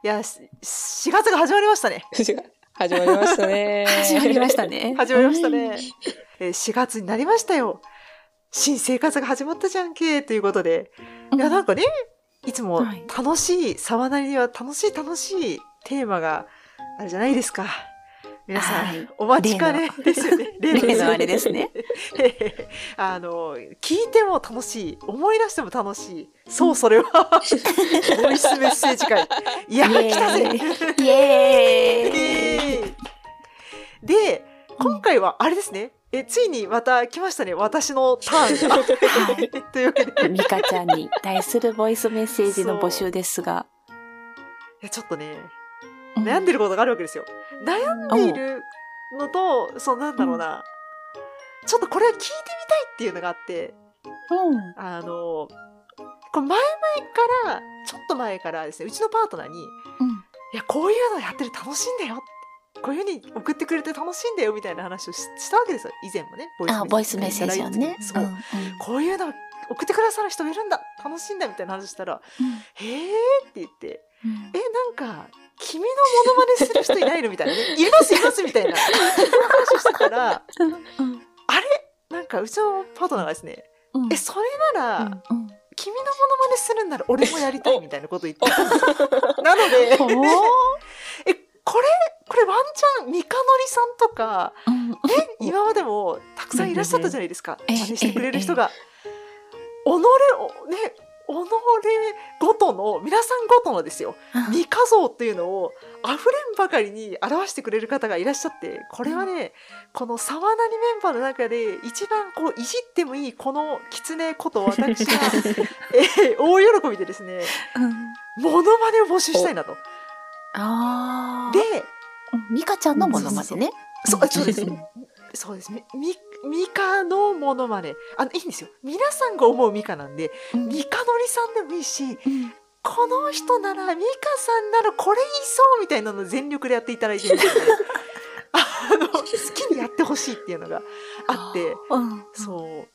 いや、4月が始まりましたね。 始まりましたね。 始まりましたね。 始まりましたね。4月になりましたよ。新生活が始まったじゃんけということで。いや、なんかね、いつも楽しい、沢なりには楽しいテーマがあるじゃないですか。皆さん、はい、お待ちかねですよね。 例のあれですね。 聞いても楽しい、思い出しても楽しい。そう、それは、ボイスメッセージ会。いや、来たぜイエーイで、今回はあれですね。ついにまた来ましたね。私のターンが。 はい。 というわけで。 ミカちゃんに対するボイスメッセージの募集ですが。 いや、ちょっとね、悩んでることがあるわけですよ。悩んでいるのと、なんだろうな、ちょっとこれは聞いてみたいっていうのがあって、これちょっと前からですね、うちのパートナーに、いや、こういうのやってる楽しいんだよ。こういう風に送ってくれて楽しいんだよみたいな話をしたわけですよ。以前もね。 ボイスメッセージをね。 そう。こういうの送ってくださる人いるんだ。楽しいんだみたいな話したら、へーって言って、なんか、君のモノマネする人いないのみたいなね。いますみたいな話をしてたら、あれなんかうちのパートナーがですね、それなら、君のモノマネするんなら俺もやりたいみたいなこと言ってたんですよ。なので、これワンチャン、ミカノリさんとか、今までもたくさんいらっしゃったじゃないですか。真似してくれる人が。己ごとの、皆さんごとのですよ、ミカ像っていうのを溢れんばかりに表してくれる方がいらっしゃって、これはね、この沢なりメンバーの中で一番いじってもいいこの狐こと私が、大喜びでですね、モノマネを募集したいなと。で、 ミカちゃんのモノマネね。 そうですね。そうです。ミカのモノマネ。いいんですよ。皆さんが思うミカなんで、ミカノリさんでもいいし、この人なら、ミカさんならこれいそうみたいなのを全力でやっていただいてるんですね。好きにやってほしいっていうのがあって、そう。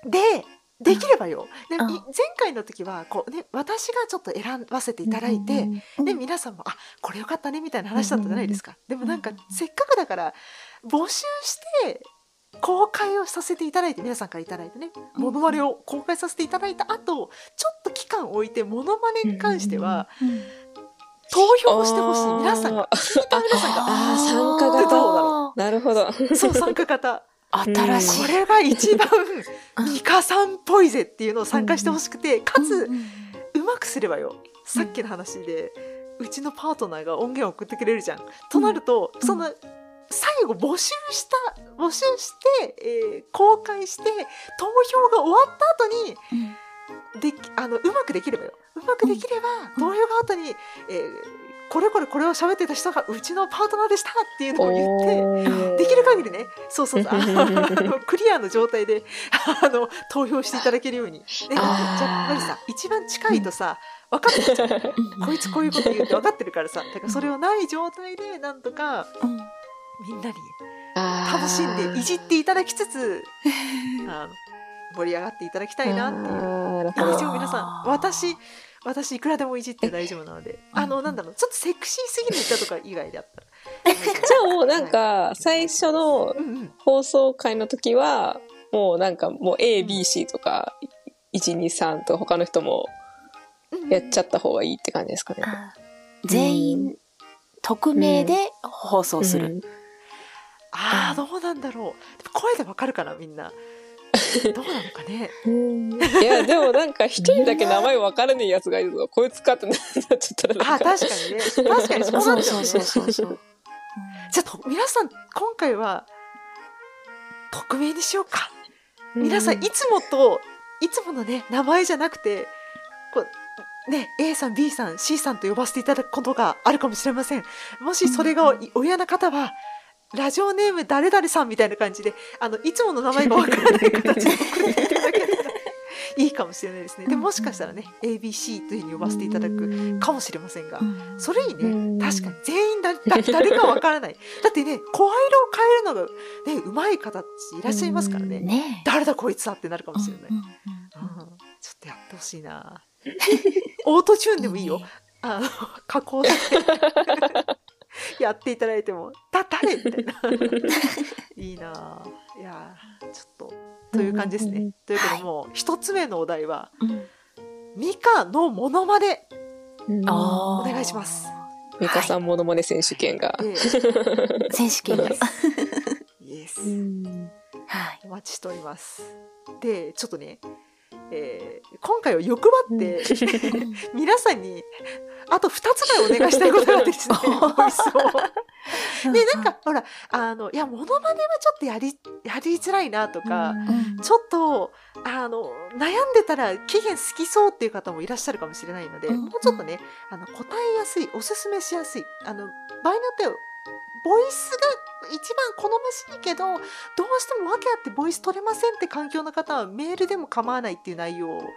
できればよ。前回の時は、私がちょっと選ばせていただいて、で、皆さんも、これよかったね、みたいな話だったじゃないですか。でもなんか、せっかくだから、募集して、公開をさせていただいて、皆さんからいただいてね、モノマネを公開させていただいた後、ちょっと期間を置いて、モノマネに関しては、投票してほしい。皆さんが、聞いた皆さんが、 参加型。どうだろう。なるほど。 そう、参加型。 新しい。 これが一番ミカさんっぽいぜっていうのを参加してほしくて、かつうまくすればよ、さっきの話でうちのパートナーが音源を送ってくれるじゃん。となると、その最後募集して、公開して投票が終わった後に、うまくできればよ、投票が後に、これを喋ってた人がうちのパートナーでしたっていうのを言って、できる限りね、そうクリアの状態で投票していただけるように。じゃあマリさん、一番近いとさ、分かってるじゃん。こいつこういうこと言うって分かってるからさ、だからそれをない状態でなんとかみんなに楽しんでいじっていただきつつ、盛り上がっていただきたいなっていう。一応皆さん、私いくらでもいじって大丈夫なので、なんだろう、ちょっとセクシーすぎる歌とか以外であったら。 じゃあもうなんか、最初の放送回の時は、もうなんかもう A、B、C とか、1、2、3と他の人もやっちゃった方がいいって感じですかね。 全員、匿名で放送する。 どうなんだろう。声でわかるかな、みんな。どうなのかね。 いや、でもなんか一人だけ名前分からねえやつがいるぞ。こいつかってなっちゃったらなんか。 確かにね。確かにそうなんですよね。そう。じゃあ、皆さん、今回は、匿名にしようか。皆さん、いつものね、名前じゃなくて、A さん、B さん、C さんと呼ばせていただくことがあるかもしれません。もしそれがお嫌な方は、ラジオネーム誰々さんみたいな感じで、いつもの名前がわからない形で送っていただけたらいいかもしれないですね。でもしかしたらね、ABC というふうに呼ばせていただくかもしれませんが、それいいね。確かに全員誰かわからない。だってね、声色を変えるのがね、上手い方いらっしゃいますからね。誰だこいつだってなるかもしれない。ちょっとやってほしいな。オートチューンでもいいよ。 加工してやっていただいても誰みたいないいな。いやちょっとという感じですね。ということでもう一つ目のお題は、ミカのモノマネお願いします。 ミカさんモノマネ選手権が、 選手権がイエス、 はい、 お待ちしております。でちょっとね、今回は欲張って皆さんにあと2つぐらいお願いしたいことがあってですねボイスをでなんかほらいやモノマネはちょっとやりづらいなとか、ちょっと悩んでたら期限好きそうっていう方もいらっしゃるかもしれないので、もうちょっとね答えやすい、おすすめしやすい、場合によってはボイスが一番好ましいけどどうしても訳あってボイス取れませんって環境の方はメールでも構わないっていう内容を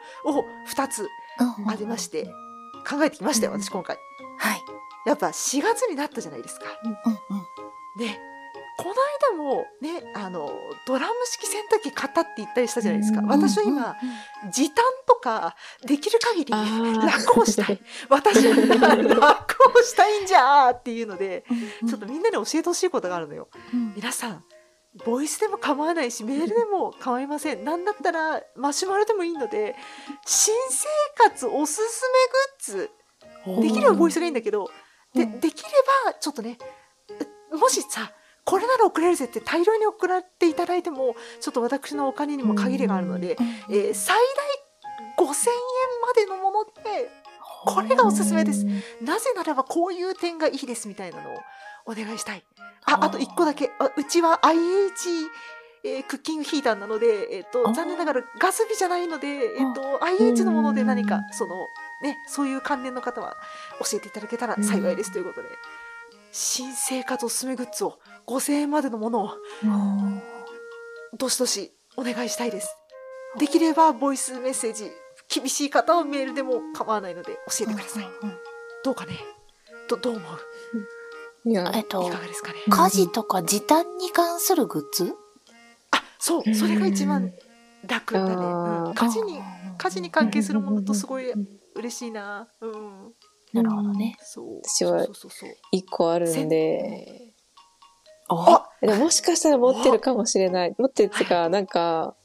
2つありまして考えてきましたよ、私今回。 はい。 やっぱ4月になったじゃないですか。ね、この間もねドラム式洗濯機買ったって言ったりしたじゃないですか。私は今時短とかできる限り楽をしたい、私は楽をしたいんじゃーっていうので、ちょっとみんなに教えてほしいことがあるのよ。皆さんボイスでも構わないしメールでも構いません。なんだったらマシュマロでもいいので、新生活おすすめグッズ、できればボイスがいいんだけど、できればちょっとね、もしさこれなら送れるぜって大量に送られていただいてもちょっと私のお金にも限りがあるので、最大5000円までのものでこれがおすすめです、なぜならばこういう点がいいですみたいなのをお願いしたい。あと1個だけ、うちは IH、クッキングヒーターなので、残念ながらガス火じゃないので、IH のもので何かそういう関連の方は教えていただけたら幸いですということで、新生活おすすめグッズを5000円までのものをどしどしお願いしたいです。できればボイスメッセージ、厳しい方はメールでも構わないので教えてください。どうかね、どう思う？いかがですかね。 家事とか時短に関するグッズ？ そう、それが一番楽だね。家事に関係するものとすごい嬉しいな。 なるほどね。 私は1個あるんで、でももしかしたら持ってるかもしれない。持ってるっていうか、なんか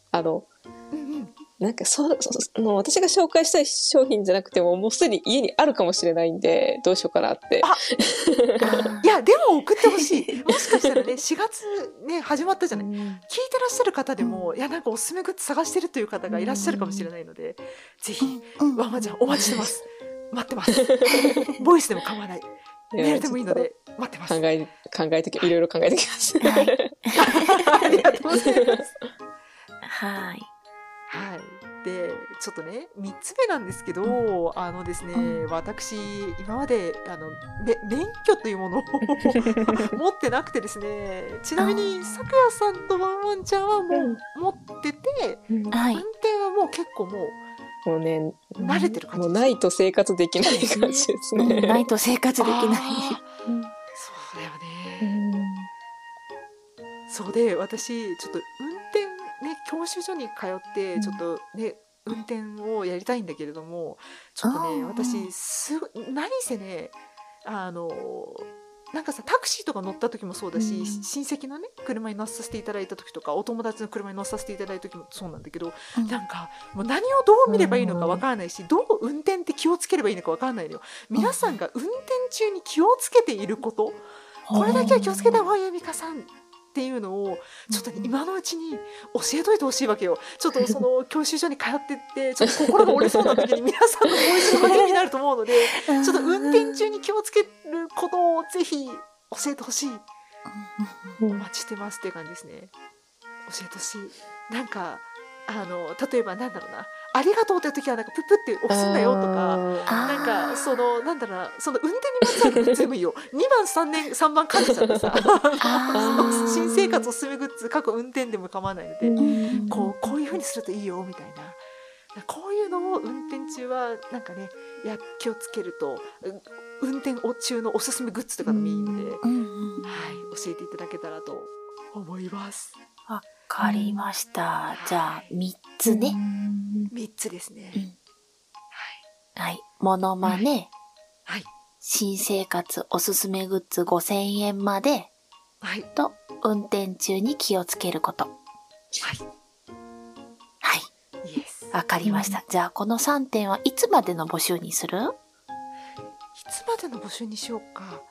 私が紹介したい商品じゃなくてももうすでに家にあるかもしれないんで、どうしようかなって。 いやでも送ってほしい。もしかしたらね4月ね始まったじゃない、聞いてらっしゃる方でも、いやなんかおすすめグッズ探してるという方がいらっしゃるかもしれないので、ぜひワンマンちゃんお待ちしてます。待ってます。ボイスでも構わない。メールでもいいので待ってます。 いろいろ考えてきます。 ありがとうございます。 はい。 はい。で、ちょっとね、3つ目なんですけど、ですね、私、今まで、免許というものを持ってなくてですね、ちなみに、さくやさんとワンワンちゃんはもう持ってて、運転はもう結構もうね、慣れてる感じです。 もうないと生活できない感じですね。 ないと生活できない。そうだよね。そうで、私、ちょっと運転、ね、教習所に通ってちょっとね、運転をやりたいんだけれども、ちょっとね私何せねなんかさタクシーとか乗った時もそうだし、親戚のね車に乗せていただいた時とかお友達の車に乗せていただいた時もそうなんだけど、なんかもう何をどう見ればいいのかわからないし、どう運転って気をつければいいのかわからないのよ。皆さんが運転中に気をつけていること、これだけは気をつけた方がいいよ美香さんっていうのをちょっと、今のうちに教えといてほしいわけよ。ちょっとその教習所に通ってってちょっと心が折れそうな時に皆さんのボイスの励みになると思うのでちょっと運転中に気をつけることをぜひ教えてほしい。お待ちしてますっていう感じですね。教えてほしい。なんか例えばなんだろうな、ありがとうって時はなんかプップって押すんだよとか、なんかそのなんだろうな、その運転にまつわるグッズでもいいよ。2番3番書いてちゃってさ新生活おすすめグッズ過去運転でも構わないので、こういう風にするといいよみたいな、こういうのを運転中はなんかね気をつけると、運転中のおすすめグッズとかでもいいので、はい、教えていただけたらと思います。 わかりました。じゃあ3つね。 3つですね。 はい。モノマネ、 はい。 新生活おすすめグッズ5000円まで、 はい。 と、運転中に気をつけること。 はい。 はい。 いいです。 わかりました。じゃあ、この3点はいつまでの募集にする？ いつまでの募集にしようか。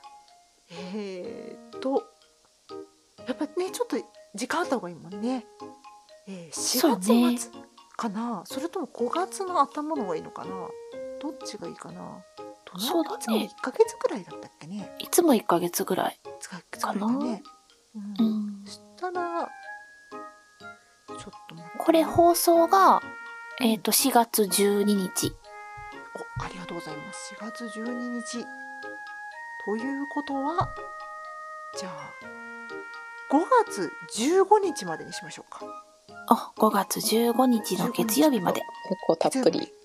やっぱね、ちょっと時間あった方がいいもんね。4月末かな、それとも5月の頭の方がいいのかな。どっちがいいかな。 そうだね。 いつも1ヶ月ぐらいだったっけね。 いつも1ヶ月ぐらい。 かな。ね。そしたら、ちょっと待って。 これ放送が、4月12日。 ありがとうございます。4月12日。ということは、じゃあ、5月15日までにしましょうか。 5月15日の月曜日まで。 結構たっぷり。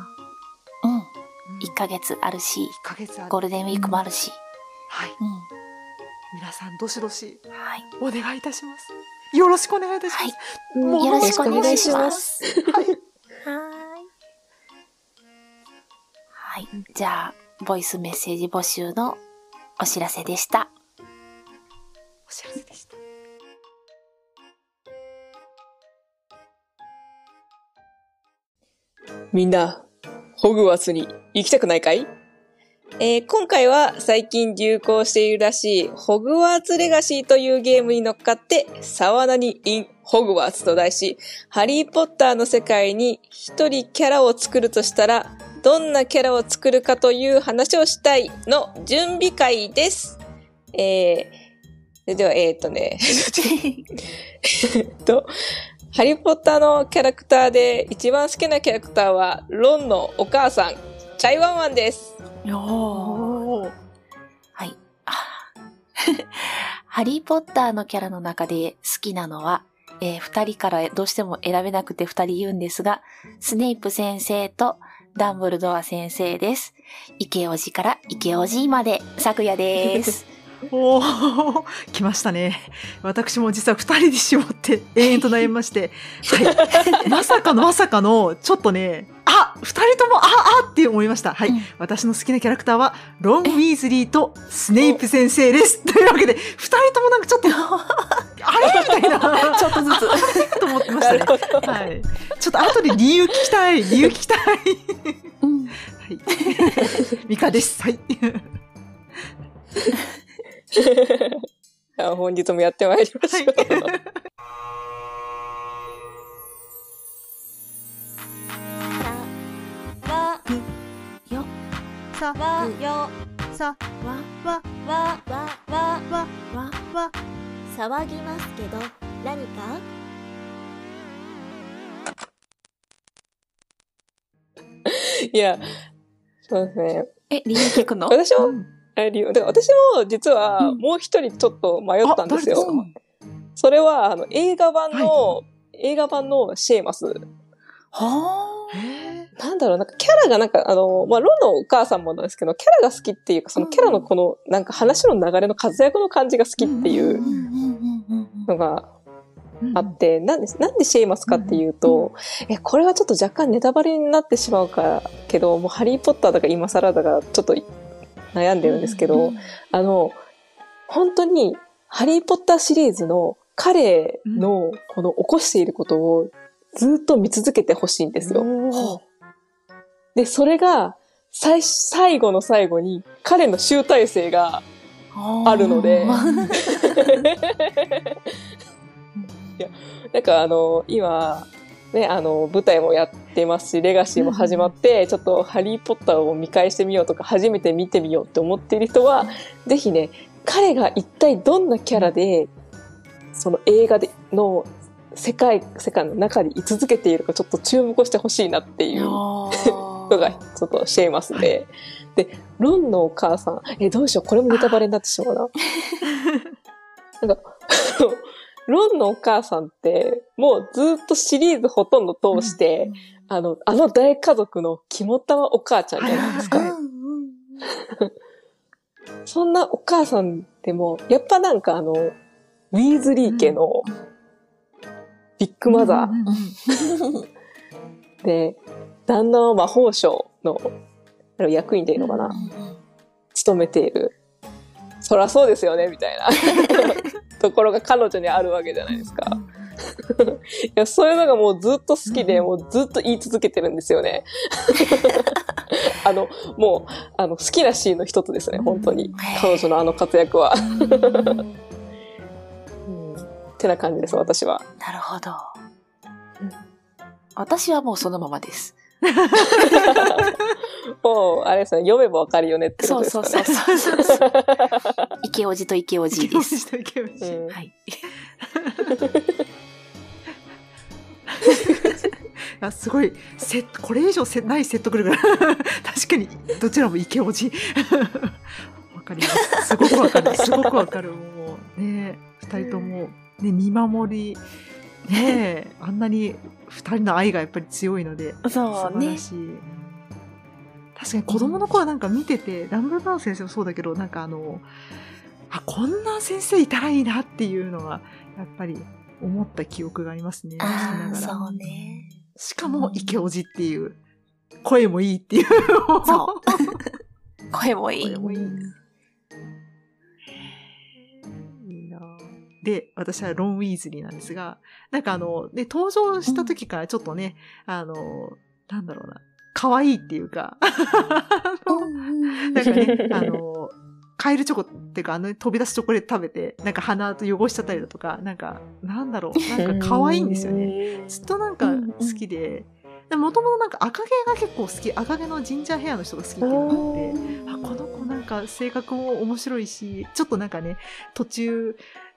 1ヶ月あるし、 1ヶ月ある。 ゴールデンウィークもあるし。 はい。皆さん、どしどし、 お願いいたします。よろしくお願いいたします。 よろしくお願いします。はい。じゃあ、ボイスメッセージ募集のお知らせでした。 お知らせでした。 みんな、ホグワーツに行きたくないかい？今回は最近流行しているらしいホグワーツレガシーというゲームに乗っかって沢名にインホグワーツと題し、ハリーポッターの世界に一人キャラを作るとしたらどんなキャラを作るかという話をしたいの準備会です。ではハリーポッターのキャラクターで一番好きなキャラクターはロンのお母さんチャイワンワンです。 はい。ハリーポッターのキャラの中で好きなのは、2人からどうしても選べなくて2人言うんですが、スネイプ先生とダンブルドア先生です。池おじから池おじいまで、咲夜です。 おー、来ましたね。私も実は2人で絞って永遠と悩みまして、はい。まさかの、ちょっとね、2人ともって思いました。はい。私の好きなキャラクターは、ロン・ウィーズリーとスネイプ先生です。というわけで、2人ともなんかちょっと、あれみたいな。 ちょっとずつ。 と思ってましたね。はい。ちょっと後で理由聞きたい。はい。ミカです。はい。 本日もやってまいりましょう。 騒ぎますけど何か？ いや、そうですね。 理由聞くの？ 私も実はもう一人ちょっと迷ったんですよ。それは映画版のシェーマス。なんだろう、なんかキャラがなんかロのお母さんもなんですけど、キャラが好きっていうか、そのキャラのこのなんか話の流れの活躍の感じが好きっていうのがあって、なんでシェーマスかっていうと、これはちょっと若干ネタバレになってしまうからけど、もうハリーポッターだか今更だかちょっと悩んでるんですけど、本当にハリーポッターシリーズの彼のこの起こしていることをずっと見続けてほしいんですよ。で、それが最後の最後に彼の集大成があるので、いや、なんか今、ね、舞台もやってますし、レガシーも始まって、ちょっとハリーポッターを見返してみようとか、初めて見てみようって思っている人は、ぜひね、彼が一体どんなキャラで、その映画の世界の中に居続けているか、ちょっと注目してほしいなっていうのが、ちょっとシェーマスで。で、ロンのお母さん、どうしよう、これもネタバレになってしまうな。なんか、ロンのお母さんって、もうずっとシリーズほとんど通して、大家族の肝っ玉お母ちゃんじゃないですか。そんなお母さんでも、やっぱなんかウィーズリー家のビッグマザーで、旦那は魔法省の役員でいいのかな。 務めている。そらそうですよね、みたいなところが彼女にあるわけじゃないですか。いや、そういうのがもうずっと好きで、もうずっと言い続けてるんですよね。もう、好きなシーンの一つですね、本当に。彼女のあの活躍は。ってな感じです、私は。 なるほど。私はもうそのままです。 もう、あれですね、読めばわかるよねってことですかね。 そう。池おじと池おじです。 池おじと池おじ。 はい。 すごいこれ以上ない説得力が確かにどちらも池おじわかります。すごくわかる。すごくわかる。もうね、二人ともね、見守りね、あんなに二人の愛がやっぱり強いので、素晴らしい。確かに子供の頃なんか見てて、ダンブルドア先生もそうだけど、なんかこんな先生いたらいいなっていうのはやっぱり思った記憶がありますね。 そうね。 しかも池おじっていう声もいいっていう。 そう。声もいい。 いいな。で、私はロン・ウィーズリーなんですが、なんかで登場した時からちょっとね、なんだろうな、可愛いっていうか、なんかね、カエルチョコっていうか、飛び出すチョコレート食べて、なんか鼻と汚しちゃったりだとか、なんか、なんだろう、なんか可愛いんですよね。ずっとなんか好きで、もともとなんか赤毛が結構好き、赤毛のジンジャーヘアの人が好きっていうのがあって、この子なんか性格も面白いし、ちょっとなんかね、途中、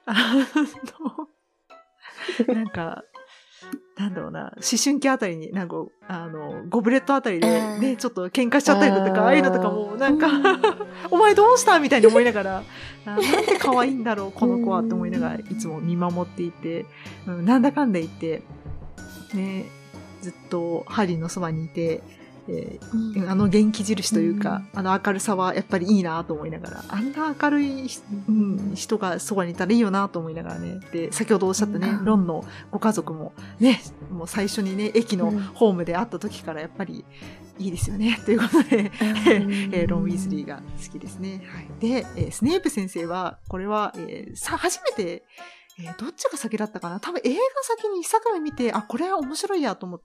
なんか、なんだろうな、思春期あたりに、なんか、ゴブレットあたりで、ね、ちょっと喧嘩しちゃったりだとか、ああいうのとかも、なんか、お前どうしたみたいに思いながら、なんて可愛いんだろう、この子は、って思いながら、いつも見守っていて、なんだかんだ言って、ね、ずっとハリーのそばにいて、元気印というか、明るさはやっぱりいいなと思いながら、あんな明るい、人がそばにいたらいいよなと思いながらね。で、先ほどおっしゃったね、ロンのご家族もね、もう最初にね、駅のホームで会った時からやっぱりいいですよね。ということで、ロン・ウィーズリーが好きですね。はい。で、スネープ先生は、これは、初めて、どっちが先だったかな？多分映画先に一作目見て、これは面白いやと思って、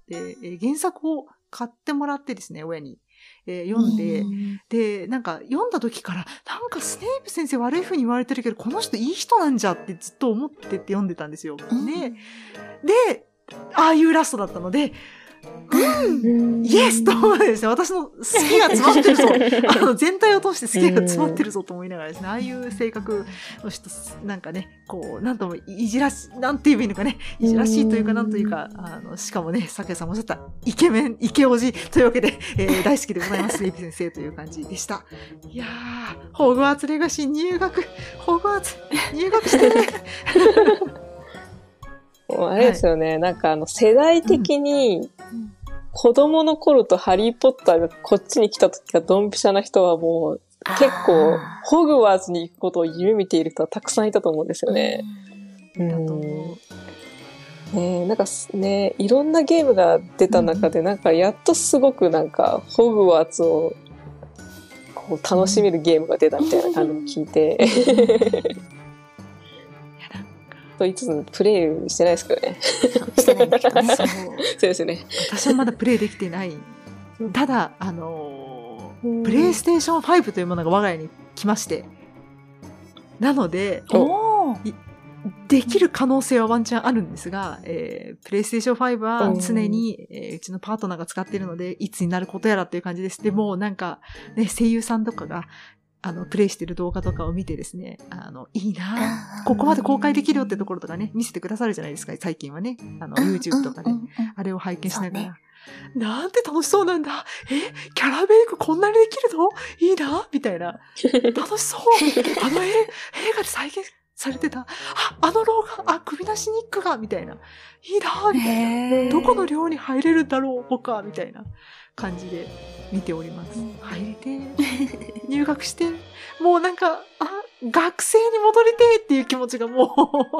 原作を買ってもらってですね、親に。読んで、で、なんか読んだ時から、なんかスネープ先生悪い風に言われてるけど、この人いい人なんじゃってずっと思ってて読んでたんですよ。で、ああいうラストだったので、イエスと思ってですね、私の好きが詰まってるぞ。全体を通して好きが詰まってるぞと思いながらですね、ああいう性格の人、なんかね、こう、なんともいじらし、なんて言えばいいのかね、いじらしいというか、なんというか、しかもね、さくやさんもおっしゃった、イケメン、イケオジというわけで、大好きでございます、レイピ先生という感じでした。いやー、ホグワーツレガシーホグワーツ、入学してね。 あれですよね、なんか世代的に、子供の頃とハリーポッターがこっちに来た時がドンピシャな人はもう結構ホグワーツに行くことを夢見ている人はたくさんいたと思うんですよね。なんかね、いろんなゲームが出た中でなんかやっとすごくなんかホグワーツをこう楽しめるゲームが出たみたいな感じを聞いて。と言いつつプレイしてないですけどね。 してないんだけどね。 そうですよね。 私はまだプレイできてない。ただ、プレイステーション5というものが我が家に来まして。なので、できる可能性はワンチャンあるんですが、プレイステーション5は常に、うちのパートナーが使っているので、いつになることやらっていう感じです。でもなんか、ね、声優さんとかが、プレイしてる動画とかを見てですね、いいな、ここまで公開できるよってところとかね、見せてくださるじゃないですか、最近はね。YouTube とかで、あれを拝見しながら。なんて楽しそうなんだ。キャラメイクこんなにできるの？いいなみたいな。楽しそう。映画で再現されてた。あの老眼、首なしニックが、みたいな。いいなみたいな。どこの寮に入れるんだろう、僕は、みたいな感じで見ております。入れて、入学して、もうなんか、学生に戻りてっていう気持ちがも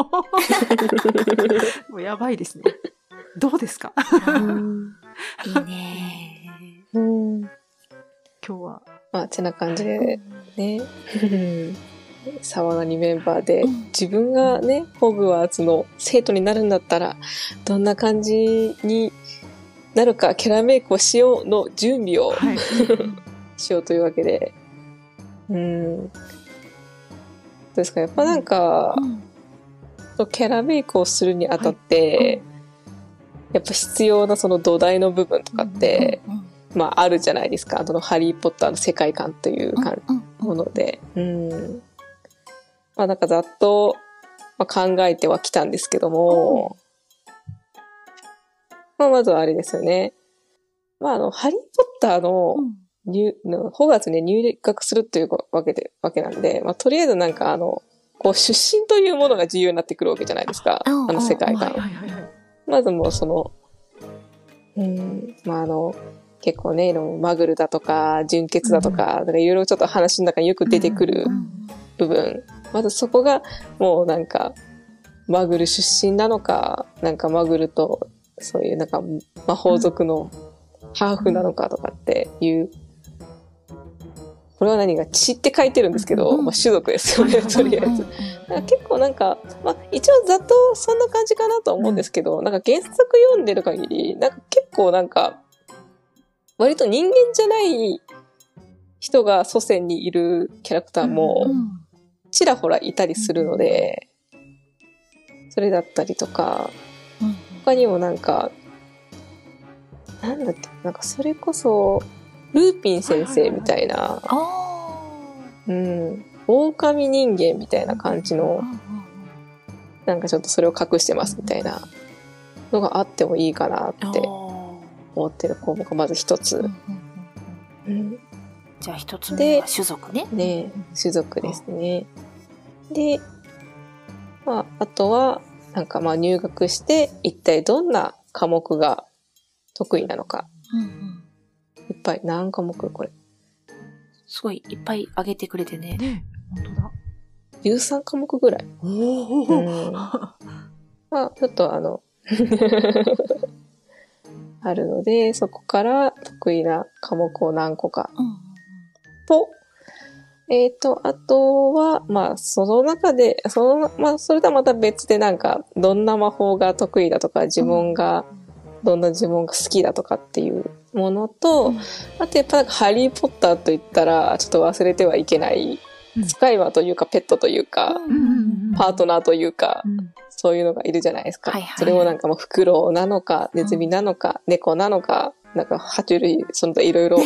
う、もうやばいですね。どうですか？ いいね。 今日は。 まあ、てな感じでね。沢谷メンバーで、自分がね、ホグワーツの生徒になるんだったら、どんな感じになるか、キャラメイクをしようの準備を、はい、しようというわけで。どうですか、やっぱなんか、キャラメイクをするにあたって、やっぱ必要なその土台の部分とかって、まああるじゃないですか。ハリーポッターの世界観というもので。まあなんかざっと、まあ、考えてはきたんですけども、まあまずはあれですよね。まあハリーポッターのホグワーツに入学するっていうわけなんで、まあとりあえずなんかこう出身というものが重要になってくるわけじゃないですか。世界観。まずもうその、まあ結構ね、マグルだとか、純血だとか、いろいろちょっと話の中によく出てくる部分。まずそこが、もうなんか、マグル出身なのか、なんかマグルと、そういうなんか魔法族のハーフなのかとかっていう、これは何が血って書いてるんですけど、まあ種族ですよね、とりあえず。結構なんか、まあ一応ざっとそんな感じかなと思うんですけど、なんか原作読んでる限り、なんか結構なんか、割と人間じゃない人が祖先にいるキャラクターもちらほらいたりするので、それだったりとか、他にもなんか、なんだっけ、なんかそれこそ、ルーピン先生みたいな、狼人間みたいな感じの、なんかちょっとそれを隠してますみたいなのがあってもいいかなって思ってる項目がまず一つ。 じゃあ一つ目は種族ね。 種族ですね。で、まあ、あとは、なんかまあ入学して一体どんな科目が得意なのか。いっぱい、何科目これ。 すごいいっぱい挙げてくれてね。 本当だ。 13科目ぐらい。まあ、ちょっとあるので、そこから得意な科目を何個か。と、あとは、まあ、その中で、まあ、それとはまた別でなんか、どんな魔法が得意だとか、どんな呪文が好きだとかっていうものと、あとやっぱなんかハリーポッターと言ったら、ちょっと忘れてはいけない、使い魔というか、ペットというか、パートナーというか、そういうのがいるじゃないですか。それもなんかもうフクロウなのか、ネズミなのか、猫なのか、なんか爬虫類、その他いろいろ。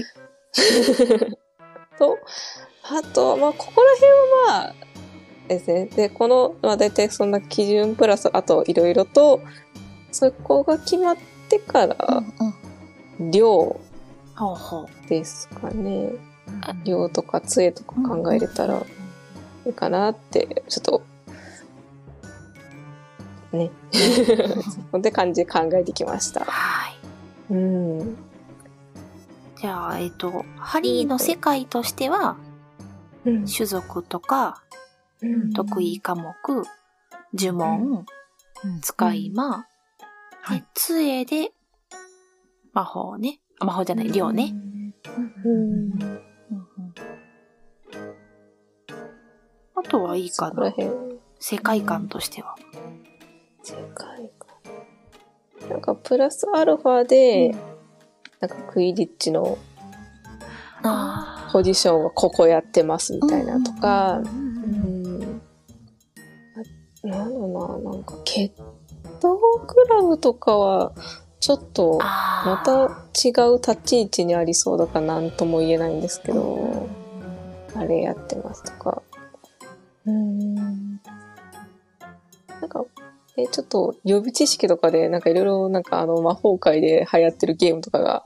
と、あと、まあ、ここら辺はまあ、ですね。で、この、まあ、大体そんな基準プラス、あといろいろと、そこが決まってから、量ですかね。量とか杖とか考えれたらいいかなって、ちょっと、ね。そんな感じで考えてきました。 はい。じゃあ、ハリーの世界としては、種族とか、得意科目、呪文、使い魔、杖で、魔法ね。魔法じゃない、量ね。あとはいいかな。世界観としては。 世界観。なんか、プラスアルファで、なんか、クイディッチの、ポジションはここやってますみたいなとか、なんだろうな、なんか、決闘クラブとかは、ちょっと、また違う立ち位置にありそうだから何とも言えないんですけど、あれやってますとか。なんか、ちょっと予備知識とかで、なんかいろいろなんか魔法界で流行ってるゲームとかが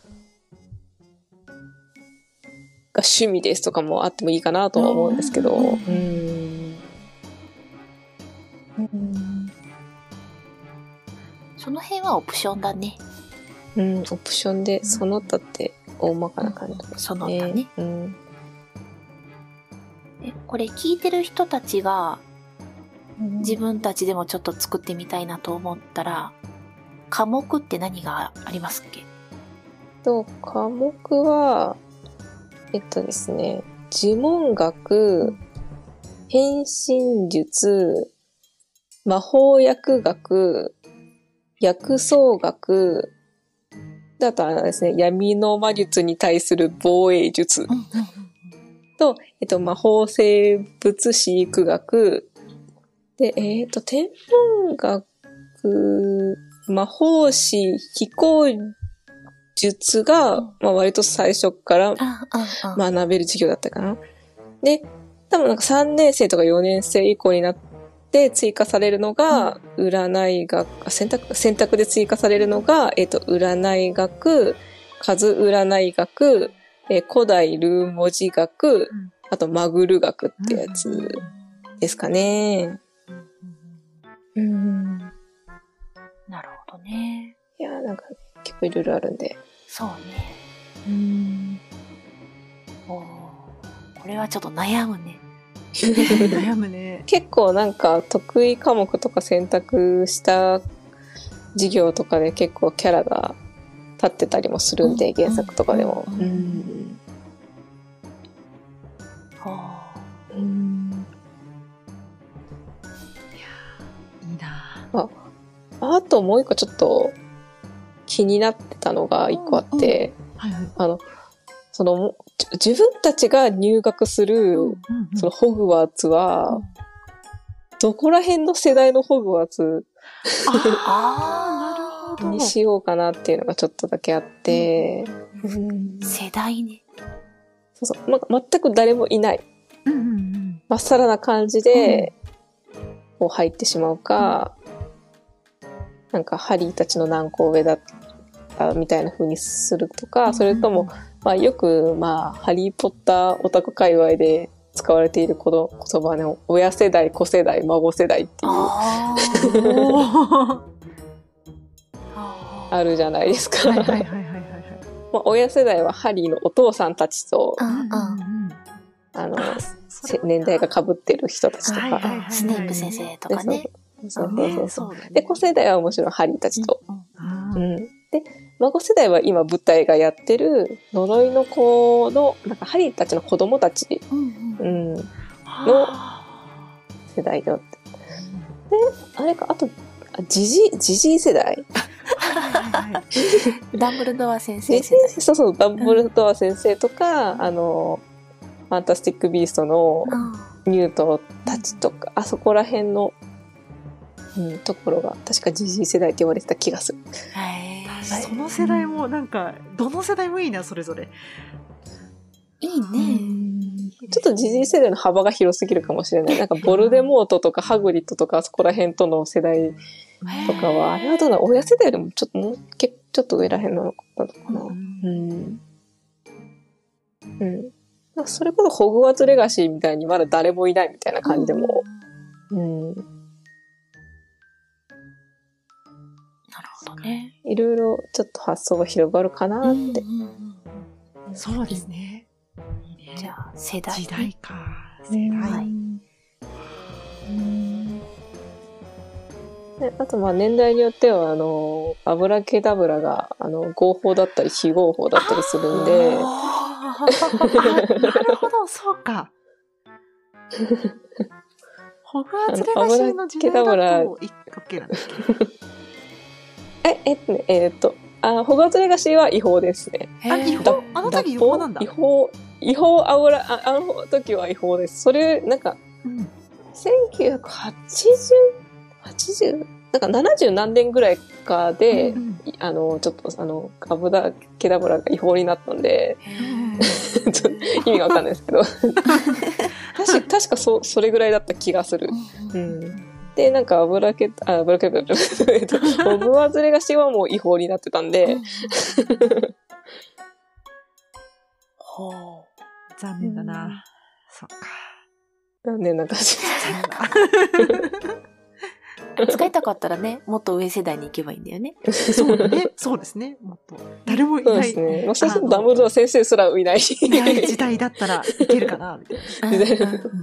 趣味ですとかもあってもいいかなとは思うんですけど、 その辺はオプションだね。 オプションで、その他って大まかな感じですね。 その他ね。これ聞いてる人たちが、自分たちでもちょっと作ってみたいなと思ったら、科目って何がありますっけ？ 科目は、 ですね、呪文学、変身術、魔法薬学、薬草学、であとはですね、闇の魔術に対する防衛術と、魔法生物飼育学、で、天文学、魔法師、飛行術が、まあ割と最初から学べる授業だったかな。で、多分なんか3年生とか4年生以降になって追加されるのが、占い学、選択で追加されるのが、占い学、数占い学、古代ルー文字学、あとマグル学ってやつですかね。 なるほどね。 いや、なんか結構いろいろあるんで。 そうね。これはちょっと悩むね。 悩むね。 結構なんか得意科目とか選択した授業とかで結構キャラが立ってたりもするんで、原作とかでも。 いいな。 あともう一個ちょっと気になってたのが一個あって、その自分たちが入学するそのホグワーツはどこら辺の世代のホグワーツなるほどにしようかなっていうのがちょっとだけあって、 世代ね。 そうそう、全く誰もいない、まっさらな感じで、こう入ってしまうか、なんかハリーたちの何個上だったみたいな風にするとか、それとも、よく、ハリーポッターオタク界隈で使われている言葉の親世代、子世代、孫世代っていうあるじゃないですか。親世代はハリーのお父さんたちと、年代が被ってる人たちとか、 スネイプ先生とかね。 で、子世代はもちろんハリーたちと。で、孫世代は今舞台がやってる呪いの子の、なんかハリーたちの子供たち、の世代よって。で、あれか、あと、ジジイ世代ダンブルドア先生世代。 そうそう、ダンブルドア先生とか、ファンタスティック・ビーストのニュートたちとか、あそこら辺の、ところが確かジジイ世代って言われてた気がする。 その世代もなんかどの世代もいいな、それぞれいいね。 ちょっとジジイ世代の幅が広すぎるかもしれない。なんかボルデモートとかハグリッドとかあそこら辺との世代とかは、あれはどうなの、親世代よりもちょっと上ら辺なのかな。なんかそれこそホグワーツレガシーみたいにまだ誰もいないみたいな感じでも、 なるほどね。 いろいろちょっと発想が広がるかなって。 そうですね。 じゃあ世代。 時代か。世代。 で、あと年代によってはアブラケダブラが合法だったり非合法だったりするんで。 なるほど、そうか。ホグワーツレガシーの時代だとOKなんだっけ？ ホグワーツレガシーは違法ですね。 あの時違法なんだ。 違法あの時は違法です。それ、なんか、1980、なんか70何年ぐらいかで、ちょっとアブラケダブラが違法になったんで、意味がわかんないですけど。確かそれぐらいだった気がする。で、なんかホグワーツレガシーはもう違法になってたんで。 残念だな。そっか。 残念な感じ。 使いたかったらね、もっと上世代に行けばいいんだよね。 そうだね。そうですね。もっと。誰もいない。 そうですね。そうするとダンブルドア先生すらいない。 いない時代だったらいけるかな、みたいな。 なるほど。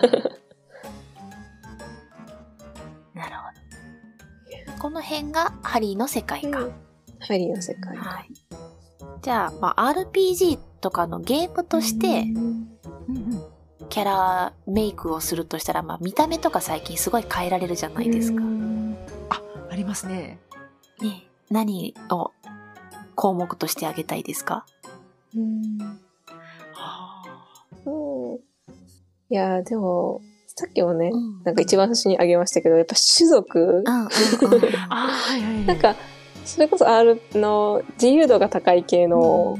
この辺がハリーの世界か。 ハリーの世界。 はい。じゃあ、RPG とかのゲームとしてうんキャラメイクをするとしたら、まあ見た目とか最近すごい変えられるじゃないですか。 ありますね。 ね、何を項目としてあげたいですか？ はいやーでも、さっきもね、 うんなんか一番最初にあげましたけど、やっぱ種族うんうんうん。 はいはいはい。 なんか、それこそ R の自由度が高い系の、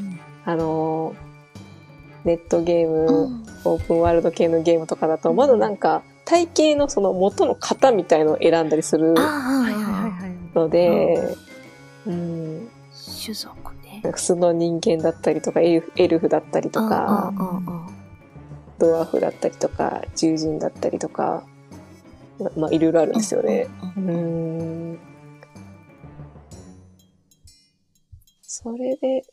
ネットゲーム、オープンワールド系のゲームとかだと、まだなんか、体型のその元の型みたいのを選んだりするはいはいはいはい。 ので、 種族ね。 なんか素の人間だったりとか、エルフだったりとか、ドワーフだったりとか、獣人だったりとか、まあいろいろあるんですよね。それで、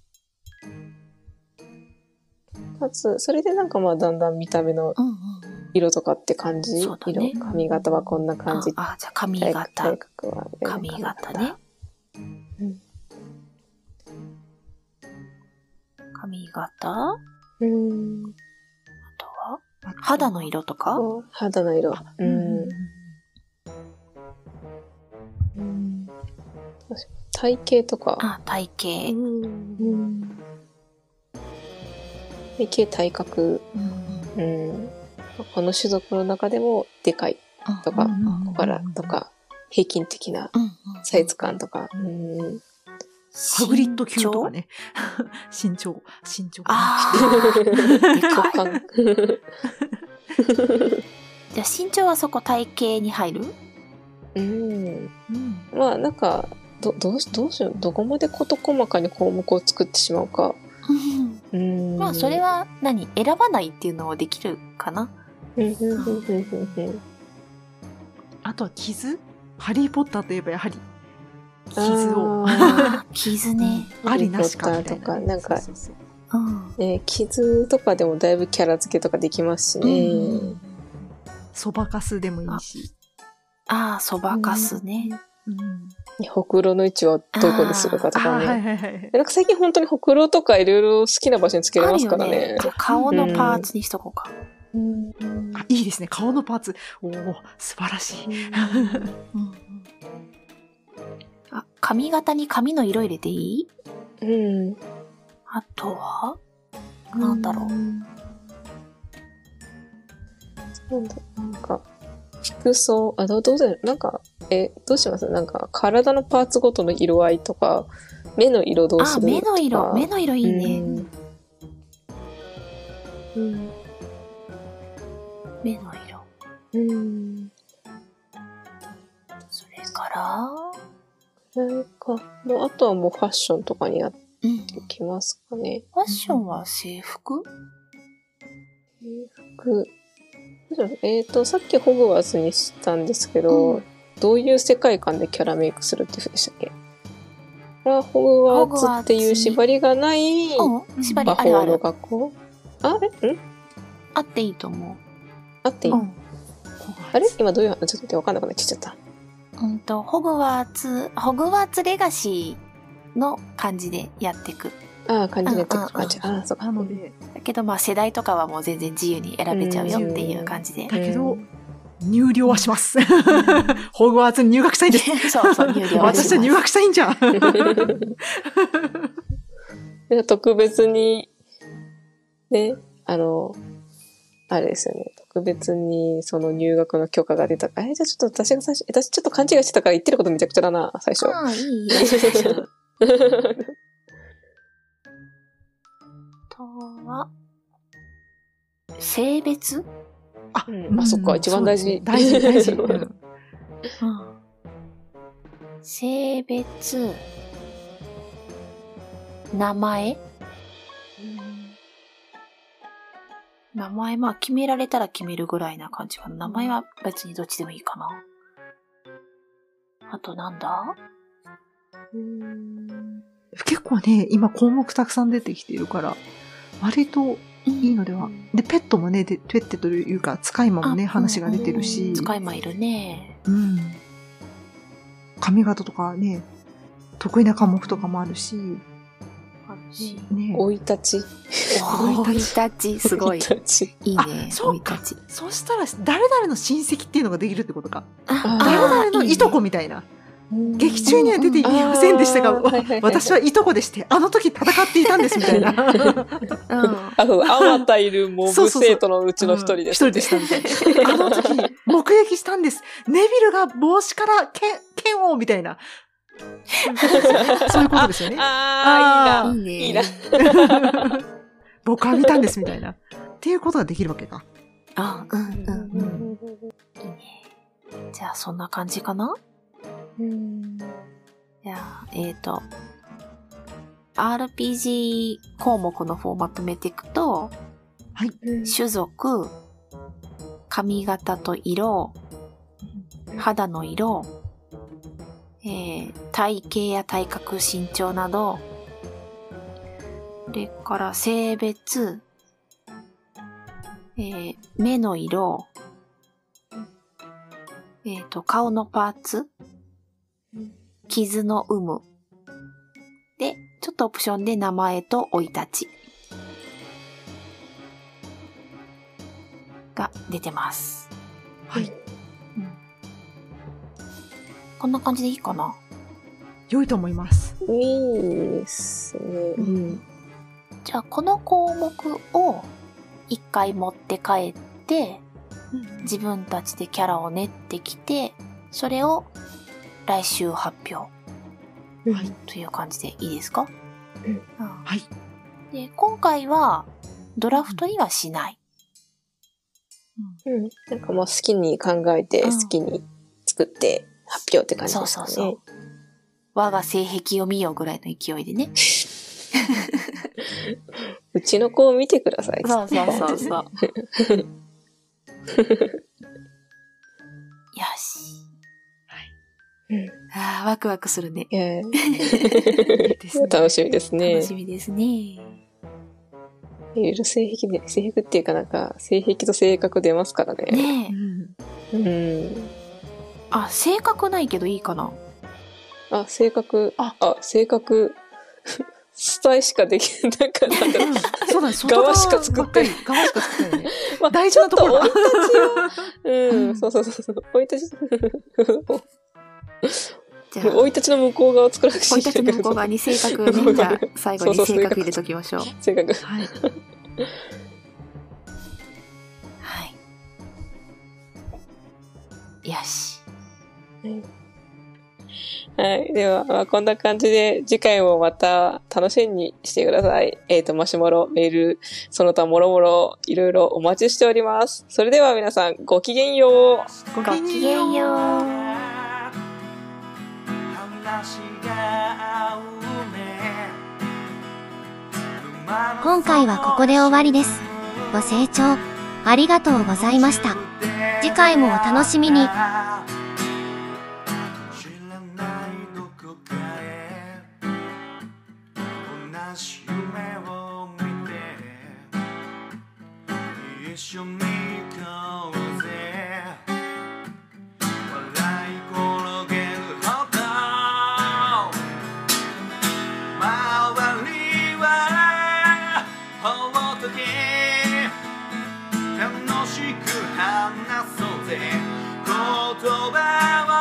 かつ、それでなんかまあだんだん見た目の色とかって感じ、 そうだね色、髪型はこんな感じ。 じゃあ髪型。 体格は髪型ね。髪型？あとは肌の色とか？ 肌の色。体型とか。 体型。 体型、体格。この種族の中でもでかいとか、小柄とか、平均的なサイズ感とか。 ハグリッド級とかね。身長。 でかい。じゃあ身長はそこ体型に入る？ まあなんか、どうしよう。どこまで事細かに項目を作ってしまうか。 まあそれは選ばないっていうのはできるかな。 あとは傷？ハリーポッターといえばやはり傷を。 傷ね。 ありなしかみたいな。 とか、なんか、傷とかでもだいぶキャラ付けとかできますしね。 そばかすでもいいし。 そばかすね。 ほくろの位置はどこにするかとかね。なんか最近本当にほくろとかいろいろ好きな場所につけれますからね。 顔のパーツにしとこうか。 いいですね。顔のパーツ。おー、素晴らしい。 髪型に髪の色入れていい？あとはなんだろう。 なんか、服装、どうだろう。なんか、どうします？なんか、体のパーツごとの色合いとか、目の色どうする？ 目の色いいね。目の色。それからもうあとはもうファッションとかにやっていきますかね。 ファッションは制服？ さっきホグワーツにしたんですけど、どういう世界観でキャラメイクするってふうでしたっけ？ホグワーツっていう縛りがない魔法の学校？ あっていいと思う。 あっていい？あれ今どういう話？ちょっとわかんなくなっちゃった。 ホグワーツレガシーの感じでやっていく。 感じでやっていく感じ。そうか。 だけど世代とかはもう全然自由に選べちゃうよっていう感じで。 だけど、入寮はします。ホグワーツに入学したいんです。 そう、入寮はします。 私は入学したいんじゃん。 特別に、ね、あれですよね。特別にその入学の許可が出たから、じゃあちょっと私ちょっと勘違いしてたから言ってることめちゃくちゃだな、最初。 いい。あとは、性別？ そっか、一番大事。 大事。 性別、名前、決められたら決めるぐらいな感じかな。名前は別にどっちでもいいかな。あとなんだ？ 結構ね、今項目たくさん出てきているから、割といいのでは。で、ペットもね、ペットというか、使い魔もね、話が出てるし。 使い魔いるね。 髪型とかね、得意な科目とかもあるし。 あね生い立ち。 生い立ち、すごい。 生い立ち。 いいね。 あそうか生い立ち。 そしたら誰々の親戚っていうのができるってことか。 あ誰々のいとこみみたいな。劇中には出ていませんでしたが、私はいとこでして、あの時戦っていたんですみたいな。 あまたいるモブ生徒のうちの一人です。 一人でしたみたいな。あの時目撃したんです。ネビルが帽子から剣をみたいな。そういうことですよね。 ああ、いいな。 いいね。 いいな。 僕は見たんですみたいな。っていうことができるわけか。 あ、うんうんうん。いいね。じゃあ、そんな感じかな？じゃあ、RPG 項目の方をまとめていくと、 はい。 種族、髪型と色、肌の色、体型や体格、身長など、それから性別、目の色、顔のパーツ、傷の有無。で、ちょっとオプションで名前と生い立ち。が出てます。 はい。 うん。こんな感じでいいかな？ 良いと思います。 いいですね。 じゃあ、この項目を一回持って帰って、自分たちでキャラを練ってきて、それを来週発表。 はい。 という感じでいいですか？ はい。 で、今回はドラフトにはしない。 なんかもう好きに考えて、好きに作って発表って感じですかね。 そう。我が性癖を見ようぐらいの勢いでね。 うちの子を見てください。 そう。よし。ああ、ワクワクするね。 楽しみですね。 楽しみですね。 いろいろ性癖っていうかなんか、性癖と性格出ますからね。 ねえ。 あ、性格ないけどいいかな。 性格、スパイしかできない。なんかなんだろう。 そうだね。 側しか作ってない。 側しか作ってないね。 まあ、 大事なところちょっと生い立ちは、そう。生い立ち、 じゃあ、 生い立ちの向こう側を作らなくちゃいけない。 生い立ちの向こう側に性格ね。じゃあ、最後に性格入れときましょう。 性格。 はい。 はい。よし。 はい。では、こんな感じで、次回もまた楽しみにしてください。マシュマロ、メール、その他もろもろ、いろいろお待ちしております。それでは皆さん、ごきげんよう。 ごきげんよう。 今回はここで終わりです。ご清聴ありがとうございました。次回もお楽しみに。一緒に行こうぜ。笑い転げるほど周りはほっとけ。楽しく話そうぜ。言葉を